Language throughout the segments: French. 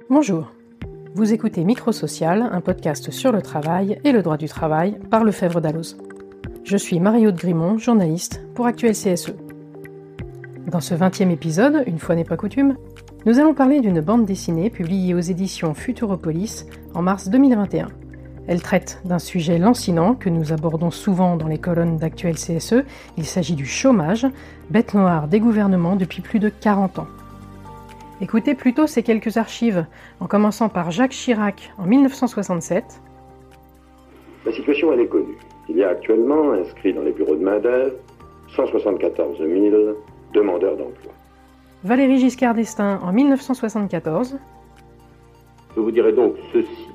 Bonjour, vous écoutez Microsocial, un podcast sur le travail et le droit du travail par Lefebvre Dalloz. Je suis Marie-Aude Grimont, journaliste pour Actuel CSE. Dans ce 20e épisode, une fois n'est pas coutume, nous allons parler d'une bande dessinée publiée aux éditions Futuropolis en mars 2021. Elle traite d'un sujet lancinant que nous abordons souvent dans les colonnes d'Actuel CSE. Il s'agit du chômage, bête noire des gouvernements depuis plus de 40 ans. Écoutez plutôt ces quelques archives, en commençant par Jacques Chirac en 1967. La situation, elle est connue. Il y a actuellement inscrits dans les bureaux de main-d'œuvre 174 000 demandeurs d'emploi. Valéry Giscard d'Estaing en 1974. Je vous dirai donc ceci.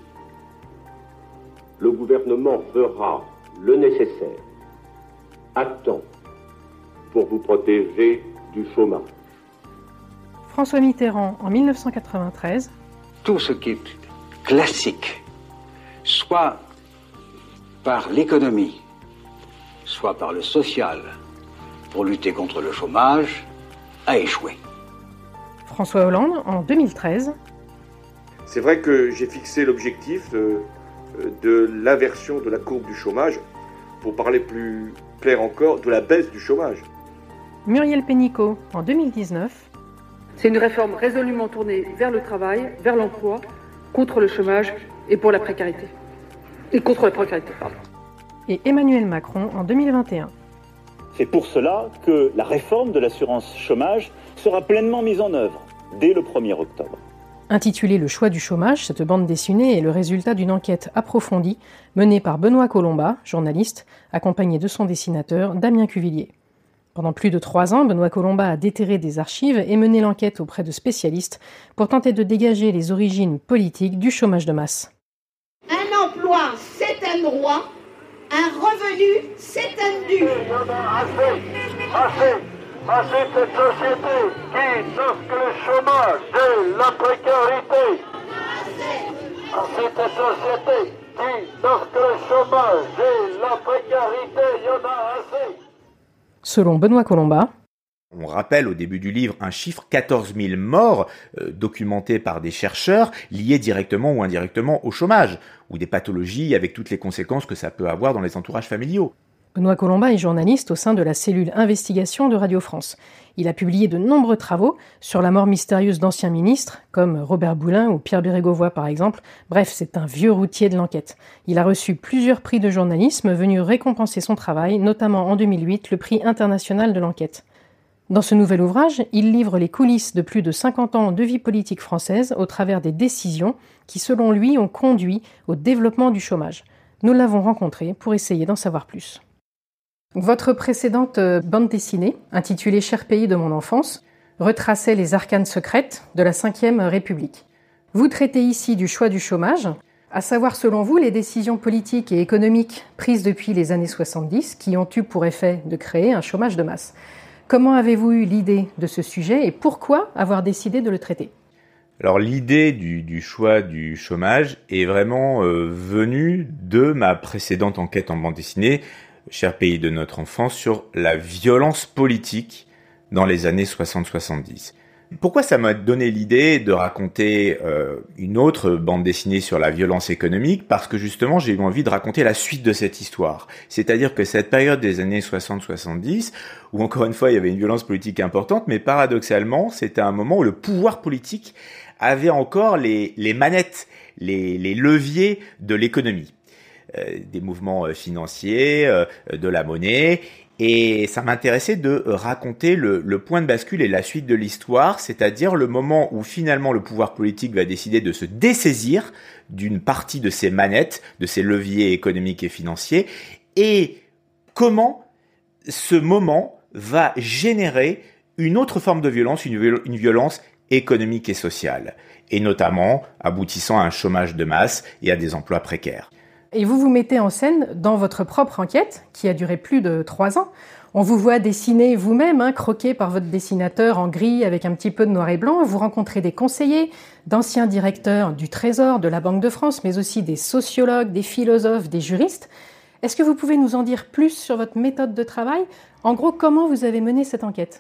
Le gouvernement fera le nécessaire à temps pour vous protéger du chômage. François Mitterrand en 1993. Tout ce qui est classique, soit par l'économie, soit par le social, pour lutter contre le chômage, a échoué. François Hollande en 2013. C'est vrai que j'ai fixé l'objectif de l'inversion de la courbe du chômage, pour parler plus clair encore, de la baisse du chômage. Muriel Pénicaud en 2019. C'est une réforme résolument tournée vers le travail, vers l'emploi, contre le chômage et pour la précarité. Et contre la précarité, pardon. Et Emmanuel Macron en 2021. C'est pour cela que la réforme de l'assurance chômage sera pleinement mise en œuvre dès le 1er octobre. Intitulée Le choix du chômage, cette bande dessinée est le résultat d'une enquête approfondie menée par Benoît Colomba, journaliste, accompagné de son dessinateur Damien Cuvillier. Pendant plus de 3 ans, Benoît Colomba a déterré des archives et mené l'enquête auprès de spécialistes pour tenter de dégager les origines politiques du chômage de masse. Un emploi, c'est un droit. Un revenu, c'est un dû. Il y en a assez de cette société qui n'offre que le chômage et la précarité. Assez de cette société qui n'offre que le chômage et la précarité, il y en a assez. Selon Benoît Colomba, on rappelle au début du livre un chiffre 14 000 morts documentés par des chercheurs liés directement ou indirectement au chômage, ou des pathologies avec toutes les conséquences que ça peut avoir dans les entourages familiaux. Benoît Colomba est journaliste au sein de la cellule Investigation de Radio France. Il a publié de nombreux travaux sur la mort mystérieuse d'anciens ministres, comme Robert Boulin ou Pierre Bérégovoy par exemple. Bref, c'est un vieux routier de l'enquête. Il a reçu plusieurs prix de journalisme venus récompenser son travail, notamment en 2008 le prix international de l'enquête. Dans ce nouvel ouvrage, il livre les coulisses de plus de 50 ans de vie politique française au travers des décisions qui, selon lui, ont conduit au développement du chômage. Nous l'avons rencontré pour essayer d'en savoir plus. Votre précédente bande dessinée, intitulée « Cher pays de mon enfance », retraçait les arcanes secrètes de la Ve République. Vous traitez ici du choix du chômage, à savoir selon vous les décisions politiques et économiques prises depuis les années 70 qui ont eu pour effet de créer un chômage de masse. Comment avez-vous eu l'idée de ce sujet et pourquoi avoir décidé de le traiter ? Alors l'idée du choix du chômage est vraiment venue de ma précédente enquête en bande dessinée, Cher pays de notre enfance, sur la violence politique dans les années 60-70. Pourquoi ça m'a donné l'idée de raconter une autre bande dessinée sur la violence économique ? Parce que justement, j'ai eu envie de raconter la suite de cette histoire. C'est-à-dire que cette période des années 60-70, où encore une fois, il y avait une violence politique importante, mais paradoxalement, c'était un moment où le pouvoir politique avait encore les manettes, les leviers de l'économie. Des mouvements financiers, de la monnaie, et ça m'intéressait de raconter le point de bascule et la suite de l'histoire, c'est-à-dire le moment où finalement le pouvoir politique va décider de se dessaisir d'une partie de ses manettes, de ses leviers économiques et financiers, et comment ce moment va générer une autre forme de violence, une violence économique et sociale, et notamment aboutissant à un chômage de masse et à des emplois précaires. Et vous vous mettez en scène dans votre propre enquête, qui a duré plus de 3 ans. On vous voit dessiner vous-même, croqué par votre dessinateur en gris avec un petit peu de noir et blanc. Vous rencontrez des conseillers, d'anciens directeurs du Trésor, de la Banque de France, mais aussi des sociologues, des philosophes, des juristes. Est-ce que vous pouvez nous en dire plus sur votre méthode de travail ? En gros, comment vous avez mené cette enquête ?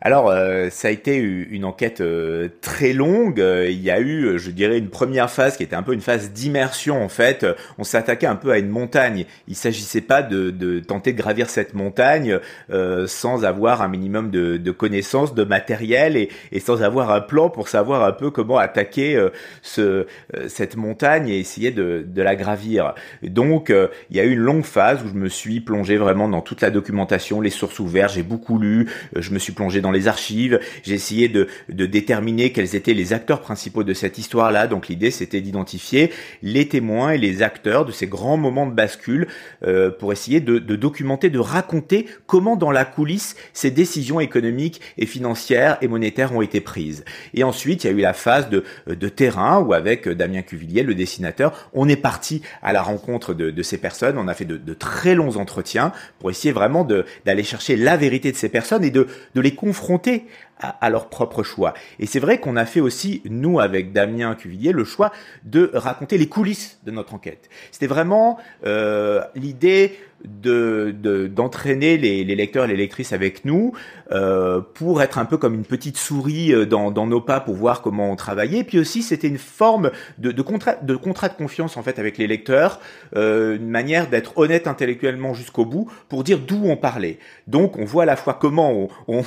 Alors, ça a été une enquête très longue. Il y a eu, je dirais, une première phase qui était un peu une phase d'immersion, en fait. On s'attaquait un peu à une montagne. Il s'agissait pas de tenter de gravir cette montagne sans avoir un minimum de connaissances, de matériel et sans avoir un plan pour savoir un peu comment attaquer cette montagne et essayer de la gravir. Donc, il y a eu une longue phase où je me suis plongé vraiment dans toute la documentation, les sources ouvertes. J'ai beaucoup lu. Je me suis plongé dans les archives, j'ai essayé de déterminer quels étaient les acteurs principaux de cette histoire-là. Donc l'idée, c'était d'identifier les témoins et les acteurs de ces grands moments de bascule pour essayer de documenter, de raconter comment dans la coulisse ces décisions économiques et financières et monétaires ont été prises. Et ensuite, il y a eu la phase de terrain où avec Damien Cuvillier, le dessinateur, on est parti à la rencontre de ces personnes. On a fait de très longs entretiens pour essayer vraiment d'aller chercher la vérité de ces personnes et de les confronter à leur propre choix. Et c'est vrai qu'on a fait aussi, nous, avec Damien Cuvillier, le choix de raconter les coulisses de notre enquête. C'était vraiment l'idée d'entraîner les lecteurs et les lectrices avec nous pour être un peu comme une petite souris dans nos pas pour voir comment on travaillait. Puis aussi, c'était une forme de contrat de confiance en fait avec les lecteurs, une manière d'être honnête intellectuellement jusqu'au bout pour dire d'où on parlait. Donc, on voit à la fois comment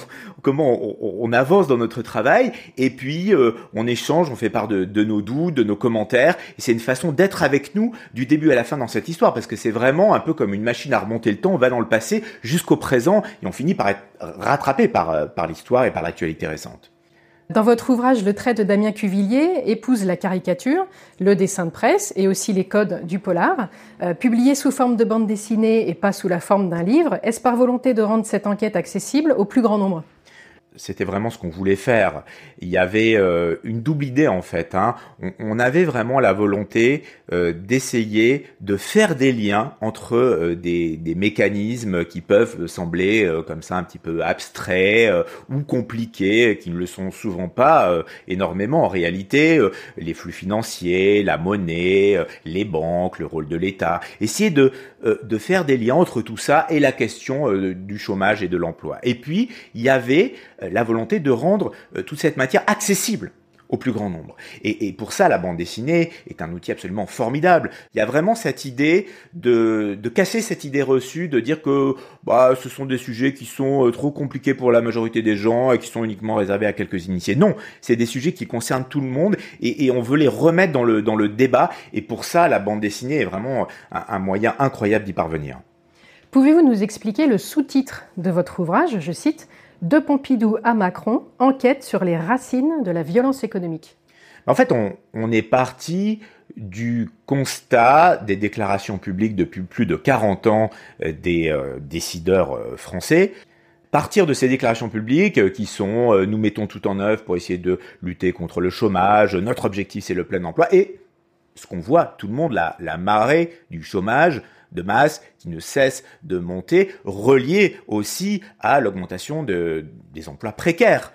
on avance dans notre travail et puis on échange, on fait part de nos doutes, de nos commentaires. Et c'est une façon d'être avec nous du début à la fin dans cette histoire parce que c'est vraiment un peu comme une machine à remonter le temps. On va dans le passé jusqu'au présent et on finit par être rattrapé par l'histoire et par l'actualité récente. Dans votre ouvrage, le trait de Damien Cuvillier épouse la caricature, le dessin de presse et aussi les codes du polar. Publié sous forme de bande dessinée et pas sous la forme d'un livre, est-ce par volonté de rendre cette enquête accessible au plus grand nombre ? C'était vraiment ce qu'on voulait faire. Il y avait une double idée en fait. On avait vraiment la volonté d'essayer de faire des liens entre des mécanismes qui peuvent sembler comme ça un petit peu abstraits ou compliqués, qui ne le sont souvent pas énormément en réalité. Les flux financiers, la monnaie, les banques, le rôle de l'État. Essayer de faire des liens entre tout ça et la question du chômage et de l'emploi. Et puis, il y avait la volonté de rendre toute cette matière accessible au plus grand nombre. Et pour ça, la bande dessinée est un outil absolument formidable. Il y a vraiment cette idée de casser cette idée reçue, de dire que ce sont des sujets qui sont trop compliqués pour la majorité des gens et qui sont uniquement réservés à quelques initiés. Non, c'est des sujets qui concernent tout le monde et on veut les remettre dans le débat. Et pour ça, la bande dessinée est vraiment un moyen incroyable d'y parvenir. Pouvez-vous nous expliquer le sous-titre de votre ouvrage, je cite, « De Pompidou à Macron, enquête sur les racines de la violence économique ». En fait, on est parti du constat des déclarations publiques depuis plus de 40 ans des décideurs français. Partir de ces déclarations publiques qui sont « nous mettons tout en œuvre pour essayer de lutter contre le chômage, notre objectif c'est le plein emploi » et ce qu'on voit, tout le monde, la marée du chômage de masse qui ne cesse de monter, relié aussi à l'augmentation des emplois précaires.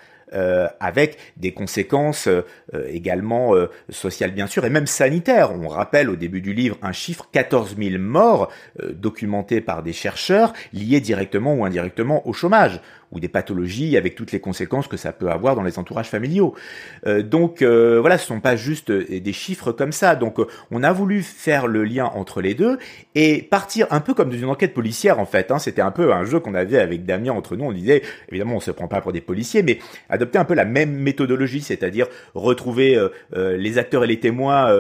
Avec des conséquences également sociales bien sûr et même sanitaires. On rappelle au début du livre un chiffre 14 000 morts documentés par des chercheurs liés directement ou indirectement au chômage ou des pathologies avec toutes les conséquences que ça peut avoir dans les entourages familiaux. Donc voilà, ce sont pas juste des chiffres comme ça. Donc on a voulu faire le lien entre les deux et partir un peu comme dans une enquête policière en fait. C'était un peu un jeu qu'on avait avec Damien entre nous. On disait, évidemment on se prend pas pour des policiers, mais adopter un peu la même méthodologie, c'est-à-dire retrouver les acteurs et les témoins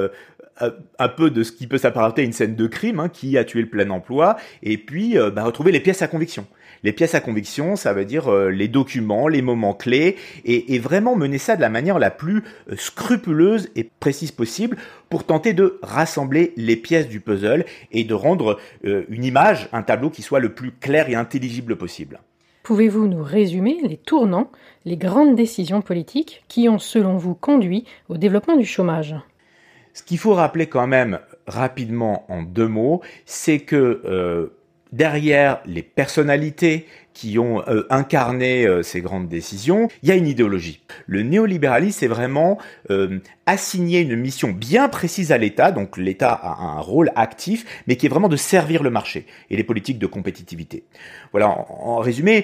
un peu de ce qui peut s'apparenter à une scène de crime, qui a tué le plein emploi, et puis retrouver les pièces à conviction. Les pièces à conviction, ça veut dire les documents, les moments clés, et vraiment mener ça de la manière la plus scrupuleuse et précise possible pour tenter de rassembler les pièces du puzzle et de rendre une image, un tableau qui soit le plus clair et intelligible possible. Pouvez-vous nous résumer les tournants, les grandes décisions politiques qui ont, selon vous, conduit au développement du chômage ? Ce qu'il faut rappeler quand même rapidement en 2 mots, c'est que derrière les personnalités, qui ont incarné ces grandes décisions, il y a une idéologie. Le néolibéralisme, c'est vraiment assigner une mission bien précise à l'État, donc l'État a un rôle actif, mais qui est vraiment de servir le marché et les politiques de compétitivité. Voilà, en résumé,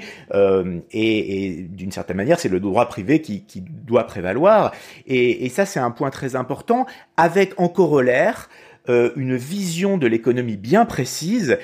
et d'une certaine manière, c'est le droit privé qui doit prévaloir, et ça c'est un point très important, avec en corollaire une vision de l'économie bien précise,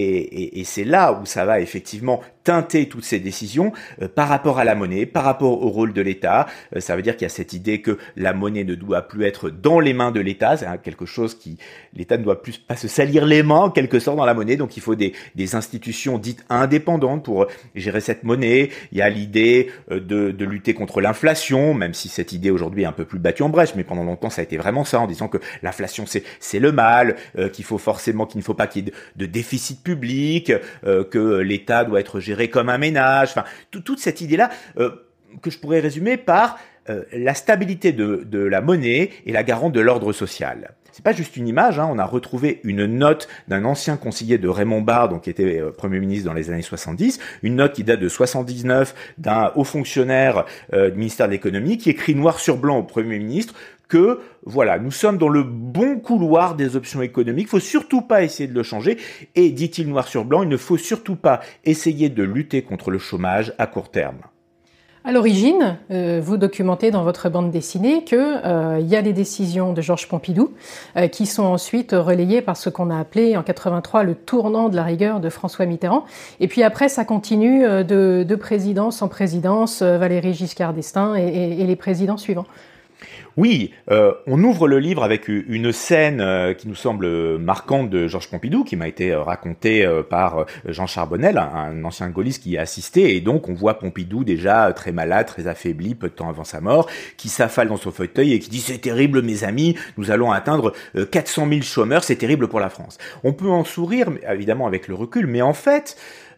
et c'est là où ça va effectivement teinter toutes ces décisions par rapport à la monnaie, par rapport au rôle de l'État. Ça veut dire qu'il y a cette idée que la monnaie ne doit plus être dans les mains de l'État, c'est quelque chose l'État ne doit plus pas se salir les mains en quelque sorte dans la monnaie, donc il faut des institutions dites indépendantes pour gérer cette monnaie. Il y a l'idée de lutter contre l'inflation, même si cette idée aujourd'hui est un peu plus battue en brèche, mais pendant longtemps ça a été vraiment ça, en disant que l'inflation c'est le mal, qu'il ne faut pas qu'il y ait de déficit public, que l'État doit être géré comme un ménage, enfin toute cette idée-là que je pourrais résumer par la stabilité de la monnaie et la garante de l'ordre social. C'est pas juste une image, on a retrouvé une note d'un ancien conseiller de Raymond Barre, donc qui était Premier ministre dans les années 70, une note qui date de 79 d'un haut fonctionnaire du ministère de l'économie qui écrit noir sur blanc au Premier ministre que voilà, nous sommes dans le bon couloir des options économiques, il faut surtout pas essayer de le changer, et dit-il noir sur blanc, il ne faut surtout pas essayer de lutter contre le chômage à court terme. À l'origine, vous documentez dans votre bande dessinée que y a des décisions de Georges Pompidou qui sont ensuite relayées par ce qu'on a appelé en 83 le tournant de la rigueur de François Mitterrand. Et puis après, ça continue de présidence en présidence, Valéry Giscard d'Estaing et les présidents suivants. Oui, on ouvre le livre avec une scène qui nous semble marquante de Georges Pompidou, qui m'a été racontée par Jean Charbonnel, un ancien gaulliste qui y a assisté, et donc on voit Pompidou déjà très malade, très affaibli, peu de temps avant sa mort, qui s'affale dans son fauteuil et qui dit « C'est terrible mes amis, nous allons atteindre 400 000 chômeurs, c'est terrible pour la France ». On peut en sourire, évidemment avec le recul, mais en fait,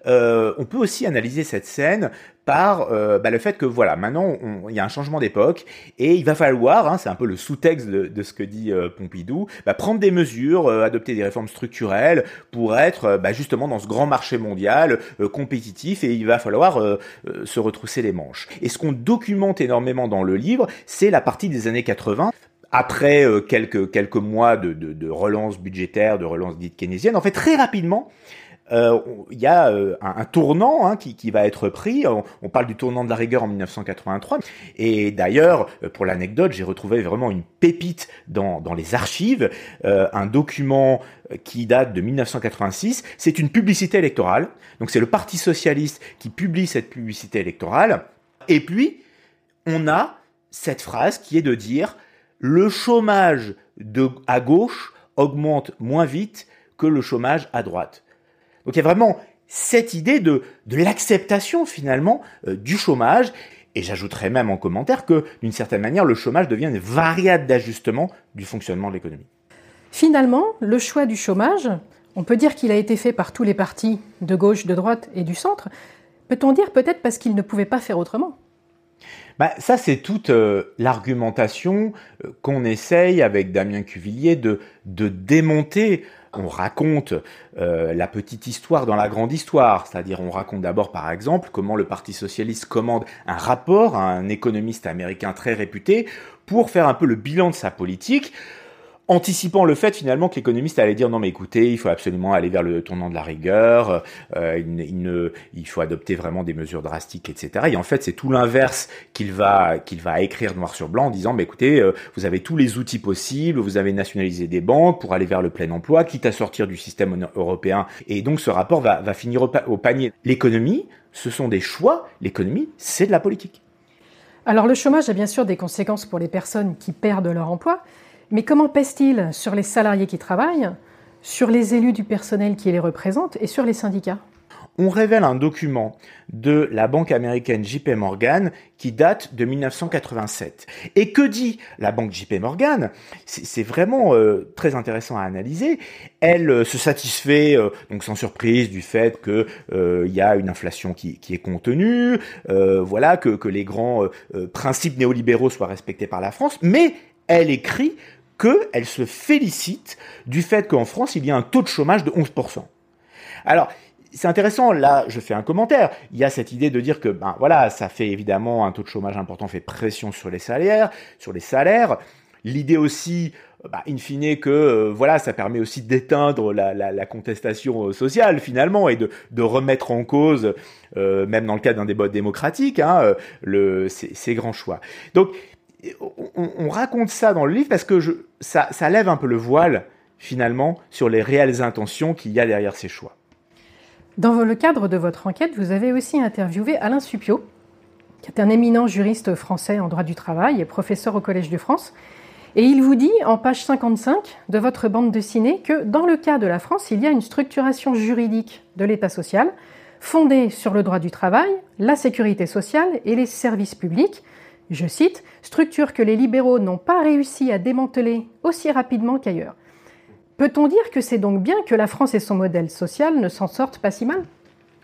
on peut aussi analyser cette scène par le fait que voilà, maintenant il y a un changement d'époque et il va falloir, c'est un peu le sous-texte de ce que dit Pompidou, prendre des mesures, adopter des réformes structurelles pour être justement dans ce grand marché mondial compétitif, et il va falloir se retrousser les manches. Et ce qu'on documente énormément dans le livre, c'est la partie des années 80. Après quelques mois de relance budgétaire, de relance dite keynésienne, en fait très rapidement, il y a un tournant qui va être pris. On parle du tournant de la rigueur en 1983. Et d'ailleurs, pour l'anecdote, j'ai retrouvé vraiment une pépite dans les archives, un document qui date de 1986. C'est une publicité électorale. Donc c'est le Parti socialiste qui publie cette publicité électorale. Et puis, on a cette phrase qui est de dire « Le chômage à gauche augmente moins vite que le chômage à droite ». Donc il y a vraiment cette idée de l'acceptation finalement du chômage, et j'ajouterais même en commentaire que d'une certaine manière le chômage devient une variable d'ajustement du fonctionnement de l'économie. Finalement, le choix du chômage, on peut dire qu'il a été fait par tous les partis de gauche, de droite et du centre. Peut-on dire peut-être parce qu'ils ne pouvaient pas faire autrement ? Ça, c'est toute l'argumentation qu'on essaye avec Damien Cuvillier de démonter. On raconte la petite histoire dans la grande histoire, c'est-à-dire on raconte d'abord par exemple comment le Parti socialiste commande un rapport à un économiste américain très réputé pour faire un peu le bilan de sa politique, anticipant le fait finalement que l'économiste allait dire non mais écoutez, il faut absolument aller vers le tournant de la rigueur, il faut adopter vraiment des mesures drastiques, etc. Et en fait c'est tout l'inverse qu'il va écrire noir sur blanc en disant mais écoutez, vous avez tous les outils possibles, vous avez nationalisé des banques pour aller vers le plein emploi, quitte à sortir du système européen, et donc ce rapport va finir au panier. L'économie, ce sont des choix, l'économie c'est de la politique. Alors le chômage a bien sûr des conséquences pour les personnes qui perdent leur emploi. Mais comment pèse-t-il sur les salariés qui travaillent, sur les élus du personnel qui les représentent et sur les syndicats ? On révèle un document de la banque américaine JP Morgan qui date de 1987. Et que dit la banque JP Morgan ? C'est vraiment très intéressant à analyser. Elle se satisfait, donc sans surprise, du fait que y a une inflation qui est contenue, que les grands principes néolibéraux soient respectés par la France, mais elle écrit qu'elle se félicite du fait qu'en France, il y a un taux de chômage de 11%. Alors, c'est intéressant, là je fais un commentaire, il y a cette idée de dire que ça fait évidemment un taux de chômage important, fait pression sur les salaires, l'idée aussi, in fine, que ça permet aussi d'éteindre la contestation sociale finalement et de remettre en cause, même dans le cadre d'un débat démocratique, ces grands choix. Donc on raconte ça dans le livre parce que ça lève un peu le voile finalement sur les réelles intentions qu'il y a derrière ces choix. Dans le cadre de votre enquête, vous avez aussi interviewé Alain Supiot, qui est un éminent juriste français en droit du travail et professeur au Collège de France. Et il vous dit, en page 55 de votre bande dessinée, que dans le cas de la France, il y a une structuration juridique de l'État social fondée sur le droit du travail, la sécurité sociale et les services publics. Je cite, « structure que les libéraux n'ont pas réussi à démanteler aussi rapidement qu'ailleurs ». Peut-on dire que c'est donc bien que la France et son modèle social ne s'en sortent pas si mal ?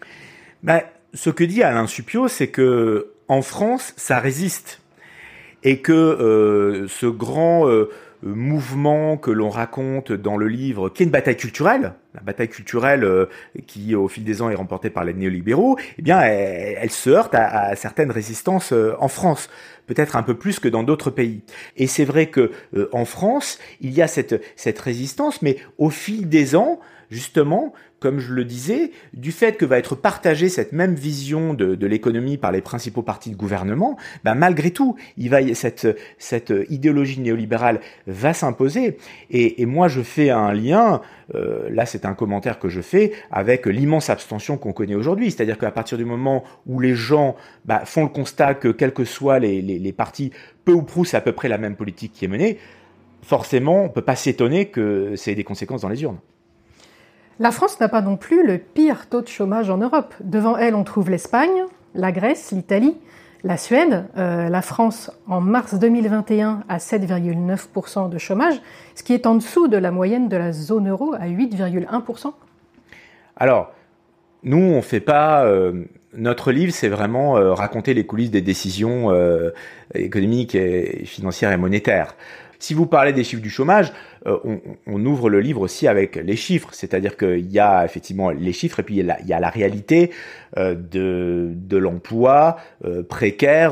Ce que dit Alain Supiot, c'est que en France, ça résiste. Et que ce grand mouvement que l'on raconte dans le livre, qui est une bataille culturelle, la bataille culturelle qui, au fil des ans, est remportée par les néolibéraux, elle se heurte à certaines résistances en France, peut-être un peu plus que dans d'autres pays. Et c'est vrai que en France, il y a cette résistance, mais au fil des ans, justement, comme je le disais, du fait que va être partagée cette même vision de l'économie par les principaux partis de gouvernement, malgré tout, cette idéologie néolibérale va s'imposer. Et moi, je fais un lien, là c'est un commentaire que je fais, avec l'immense abstention qu'on connaît aujourd'hui. C'est-à-dire qu'à partir du moment où les gens font le constat que, quels que soient les partis, peu ou prou, c'est à peu près la même politique qui est menée, forcément, on ne peut pas s'étonner que ça ait des conséquences dans les urnes. La France n'a pas non plus le pire taux de chômage en Europe. Devant elle, on trouve l'Espagne, la Grèce, l'Italie, la Suède. La France, en mars 2021, à 7,9% de chômage, ce qui est en dessous de la moyenne de la zone euro à 8,1%. Alors, nous, on ne fait pas... notre livre, c'est vraiment raconter les coulisses des décisions économiques, et financières et monétaires. Si vous parlez des chiffres du chômage, on ouvre le livre aussi avec les chiffres, c'est-à-dire qu'il y a effectivement les chiffres et puis il y a la réalité de l'emploi précaire.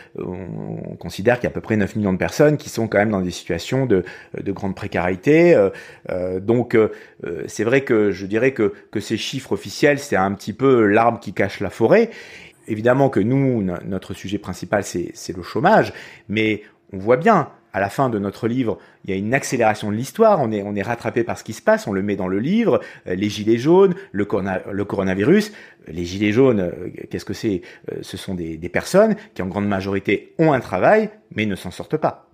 On considère qu'il y a à peu près 9 millions de personnes qui sont quand même dans des situations de grande précarité. Donc c'est vrai que je dirais que ces chiffres officiels, c'est un petit peu l'arbre qui cache la forêt. Évidemment que nous, notre sujet principal, c'est le chômage, mais on voit bien, à la fin de notre livre, il y a une accélération de l'histoire, on est rattrapé par ce qui se passe, on le met dans le livre, les gilets jaunes, le coronavirus. Les gilets jaunes, qu'est-ce que c'est ? Ce sont des personnes qui en grande majorité ont un travail, mais ne s'en sortent pas.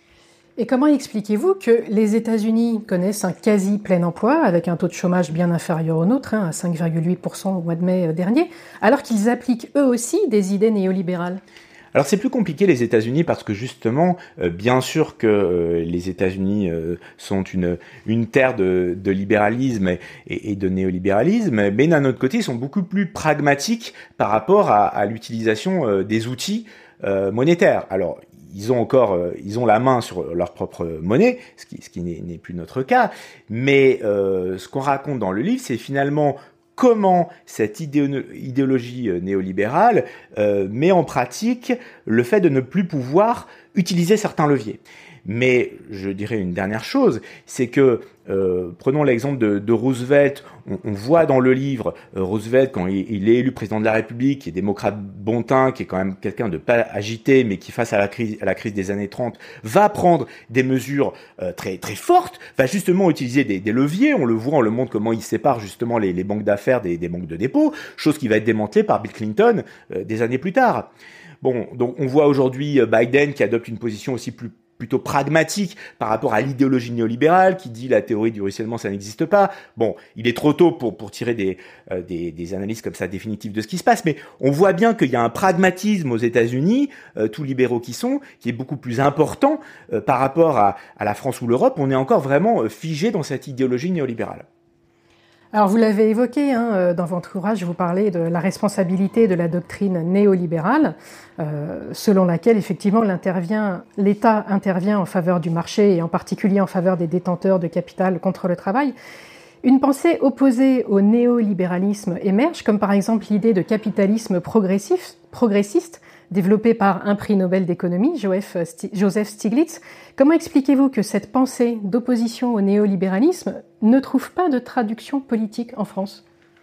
Et comment expliquez-vous que les États-Unis connaissent un quasi plein emploi, avec un taux de chômage bien inférieur au nôtre, à 5,8% au mois de mai dernier, alors qu'ils appliquent eux aussi des idées néolibérales ? Alors c'est plus compliqué les États-Unis parce que justement, bien sûr que les États-Unis sont une terre de libéralisme et de néolibéralisme, mais d'un autre côté, ils sont beaucoup plus pragmatiques par rapport à l'utilisation des outils monétaires. Alors ils ont la main sur leur propre monnaie, ce qui n'est plus notre cas, mais ce qu'on raconte dans le livre, c'est finalement comment cette idéologie néolibérale met en pratique le fait de ne plus pouvoir utiliser certains leviers. Mais je dirais une dernière chose, c'est que, prenons l'exemple de Roosevelt, on voit dans le livre Roosevelt, quand il est élu président de la République, qui est démocrate bon teint, qui est quand même quelqu'un de pas agité, mais qui, face à la crise des années 30, va prendre des mesures très très fortes, va justement utiliser des leviers. On le voit, on le montre comment il sépare justement les banques d'affaires des banques de dépôt, chose qui va être démantelée par Bill Clinton des années plus tard. Bon, donc on voit aujourd'hui Biden qui adopte une position aussi plutôt pragmatique par rapport à l'idéologie néolibérale qui dit la théorie du ruissellement ça n'existe pas. Bon, il est trop tôt pour tirer des analyses comme ça définitives de ce qui se passe, mais on voit bien qu'il y a un pragmatisme aux États-Unis, tout libéraux qui est beaucoup plus important par rapport à la France ou l'Europe. On est encore vraiment figé dans cette idéologie néolibérale. Alors vous l'avez évoqué, dans votre ouvrage, vous parlez de la responsabilité de la doctrine néolibérale, selon laquelle effectivement l'État intervient en faveur du marché et en particulier en faveur des détenteurs de capital contre le travail. Une pensée opposée au néolibéralisme émerge, comme par exemple l'idée de capitalisme progressiste, développée par un prix Nobel d'économie, Joseph Stiglitz. Comment expliquez-vous que cette pensée d'opposition au néolibéralisme ne trouve pas de traduction politique en France ?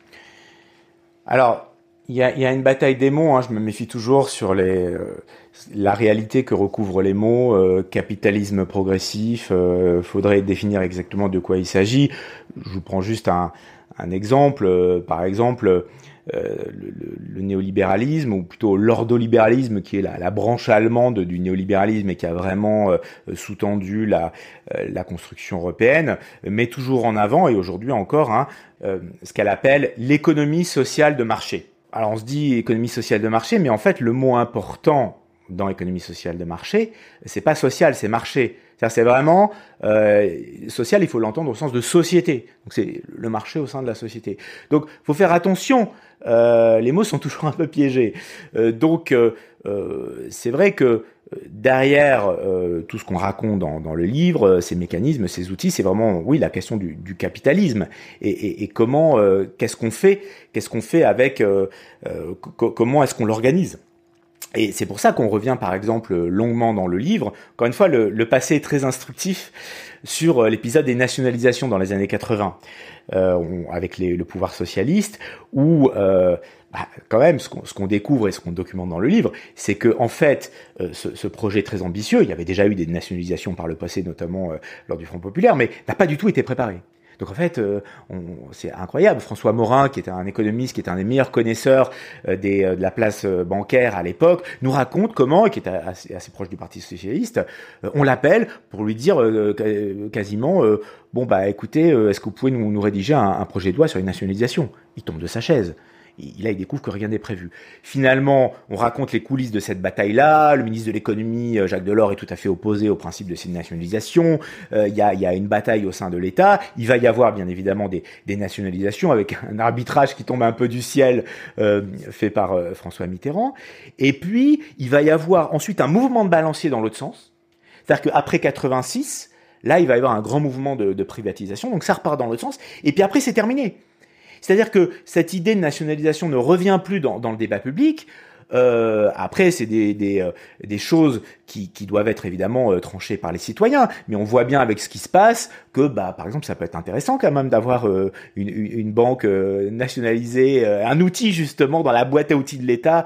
Alors, il y a une bataille des mots, je me méfie toujours sur la réalité que recouvrent les mots, capitalisme progressif, faudrait définir exactement de quoi il s'agit. Je vous prends juste un exemple, par exemple, le néolibéralisme, ou plutôt l'ordolibéralisme, qui est la branche allemande du néolibéralisme et qui a vraiment sous-tendu la construction européenne, met toujours en avant, et aujourd'hui encore, ce qu'elle appelle l'économie sociale de marché. Alors on se dit économie sociale de marché, mais en fait le mot important dans économie sociale de marché, c'est pas social, c'est marché. C'est-à-dire c'est vraiment social, il faut l'entendre au sens de société. Donc c'est le marché au sein de la société. Donc faut faire attention. Les mots sont toujours un peu piégés. Donc c'est vrai que derrière tout ce qu'on raconte dans le livre, ces mécanismes, ces outils, c'est vraiment la question du capitalisme et comment qu'est-ce qu'on fait avec comment est-ce qu'on l'organise. Et c'est pour ça qu'on revient par exemple longuement dans le livre. Encore une fois, le passé est très instructif sur l'épisode des nationalisations dans les années 80 avec le pouvoir socialiste, où quand même ce qu'on découvre et ce qu'on documente dans le livre, c'est que en fait ce projet très ambitieux, il y avait déjà eu des nationalisations par le passé, notamment lors du Front populaire, mais n'a pas du tout été préparé. Donc en fait, c'est incroyable. François Morin, qui était un économiste, qui était un des meilleurs connaisseurs de la place bancaire à l'époque, nous raconte comment, et qui était assez proche du Parti socialiste, on l'appelle pour lui dire quasiment écoutez, est-ce que vous pouvez nous rédiger un projet de loi sur une nationalisation ? Il tombe de sa chaise. Là, il découvre que rien n'est prévu. Finalement, on raconte les coulisses de cette bataille-là. Le ministre de l'économie, Jacques Delors, est tout à fait opposé au principe de cette nationalisation. Il y a une bataille au sein de l'État. Il va y avoir, bien évidemment, des nationalisations avec un arbitrage qui tombe un peu du ciel, fait par François Mitterrand. Et puis, il va y avoir ensuite un mouvement de balancier dans l'autre sens. C'est-à-dire qu'après 86, là, il va y avoir un grand mouvement de privatisation. Donc, ça repart dans l'autre sens. Et puis après, c'est terminé. C'est-à-dire que cette idée de nationalisation ne revient plus dans le débat public. Après, c'est des choses qui doivent être évidemment tranchées par les citoyens, mais on voit bien avec ce qui se passe que, par exemple, ça peut être intéressant quand même d'avoir une banque nationalisée, un outil justement dans la boîte à outils de l'État,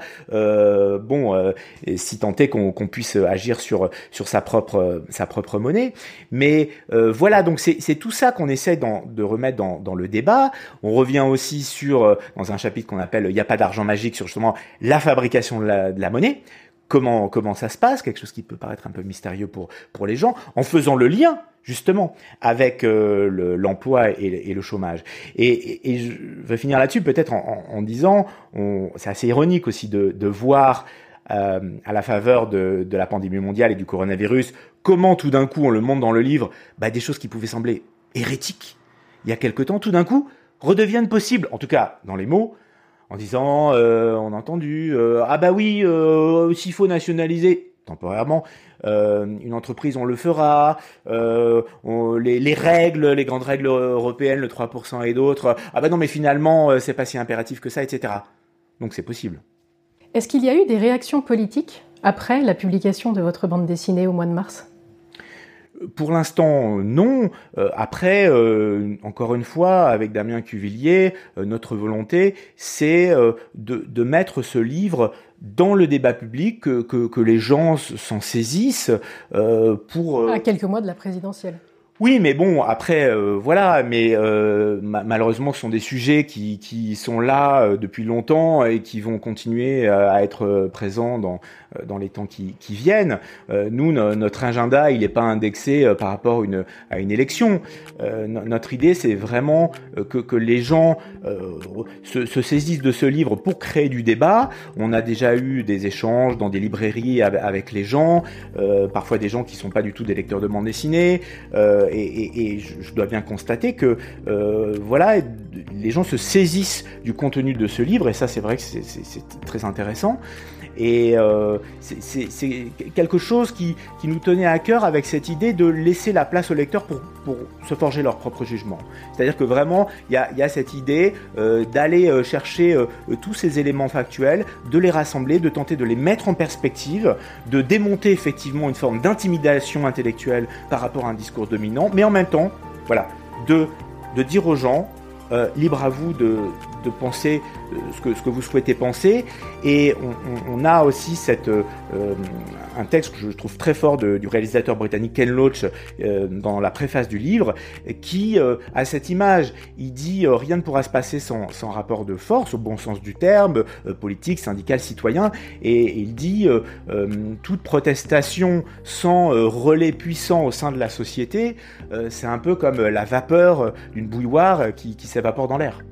si tant est qu'on puisse agir sur sa propre monnaie. Mais voilà, donc c'est tout ça qu'on essaie de remettre dans le débat. On revient aussi dans un chapitre qu'on appelle « Il n'y a pas d'argent magique » sur justement la fabrication de la monnaie. Comment ça se passe, quelque chose qui peut paraître un peu mystérieux pour les gens, en faisant le lien justement avec l'emploi et le chômage. Et je vais finir là-dessus peut-être en disant, c'est assez ironique aussi de voir à la faveur de la pandémie mondiale et du coronavirus, comment tout d'un coup, on le montre dans le livre, des choses qui pouvaient sembler hérétiques il y a quelque temps, tout d'un coup redeviennent possibles, en tout cas dans les mots, en disant, on a entendu, s'il faut nationaliser temporairement une entreprise, on le fera, les règles, les grandes règles européennes, le 3% et d'autres, non mais finalement, c'est pas si impératif que ça, etc. Donc c'est possible. Est-ce qu'il y a eu des réactions politiques après la publication de votre bande dessinée au mois de mars ? Pour l'instant, non. Après, encore une fois, avec Damien Cuvillier, notre volonté, c'est de mettre ce livre dans le débat public, que les gens s'en saisissent pour... À quelques mois de la présidentielle. Oui, mais bon, après, voilà, mais malheureusement, ce sont des sujets qui sont là depuis longtemps et qui vont continuer à être présents dans les temps qui viennent. Nous, notre agenda, il n'est pas indexé par rapport à une élection. Notre idée, c'est vraiment que les gens se saisissent de ce livre pour créer du débat. On a déjà eu des échanges dans des librairies avec les gens, parfois des gens qui sont pas du tout des lecteurs de bande dessinée, et je dois bien constater que voilà, les gens se saisissent du contenu de ce livre, et ça c'est vrai que c'est très intéressant. Et c'est quelque chose qui nous tenait à cœur, avec cette idée de laisser la place aux lecteurs pour se forger leur propre jugement. C'est-à-dire que vraiment, il y a cette idée d'aller chercher tous ces éléments factuels, de les rassembler, de tenter de les mettre en perspective, de démonter effectivement une forme d'intimidation intellectuelle par rapport à un discours dominant, mais en même temps, voilà, de dire aux gens, libre à vous de penser ce que vous souhaitez penser. Et on a aussi un texte que je trouve très fort du réalisateur britannique Ken Loach dans la préface du livre, qui a cette image. Il dit rien ne pourra se passer sans rapport de force, au bon sens du terme, politique, syndical, citoyen, et il dit toute protestation sans relais puissant au sein de la société, c'est un peu comme la vapeur d'une bouilloire qui s'évapore dans l'air.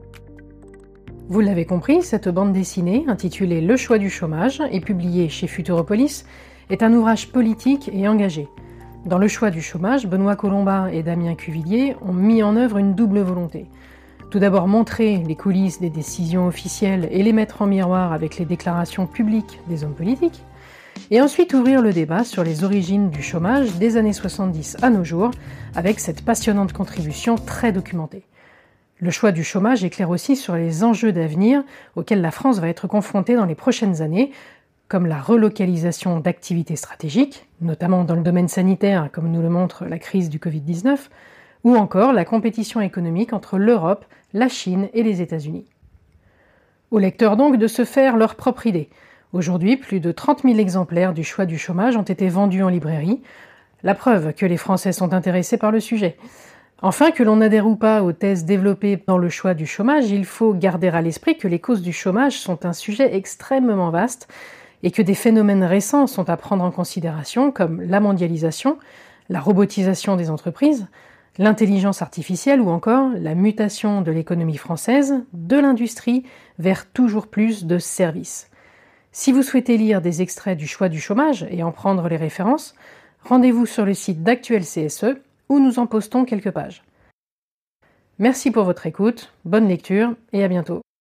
Vous l'avez compris, cette bande dessinée, intitulée Le choix du chômage et publiée chez Futuropolis, est un ouvrage politique et engagé. Dans Le choix du chômage, Benoît Colombat et Damien Cuvillier ont mis en œuvre une double volonté. Tout d'abord montrer les coulisses des décisions officielles et les mettre en miroir avec les déclarations publiques des hommes politiques, et ensuite ouvrir le débat sur les origines du chômage des années 70 à nos jours, avec cette passionnante contribution très documentée. Le choix du chômage éclaire aussi sur les enjeux d'avenir auxquels la France va être confrontée dans les prochaines années, comme la relocalisation d'activités stratégiques, notamment dans le domaine sanitaire, comme nous le montre la crise du Covid-19, ou encore la compétition économique entre l'Europe, la Chine et les États-Unis. Aux lecteurs donc de se faire leur propre idée. Aujourd'hui, plus de 30 000 exemplaires du choix du chômage ont été vendus en librairie, la preuve que les Français sont intéressés par le sujet. Enfin, que l'on adhère ou pas aux thèses développées dans le choix du chômage, il faut garder à l'esprit que les causes du chômage sont un sujet extrêmement vaste et que des phénomènes récents sont à prendre en considération, comme la mondialisation, la robotisation des entreprises, l'intelligence artificielle ou encore la mutation de l'économie française, de l'industrie, vers toujours plus de services. Si vous souhaitez lire des extraits du choix du chômage et en prendre les références, rendez-vous sur le site d'Actuel CSE, où nous en postons quelques pages. Merci pour votre écoute, bonne lecture et à bientôt.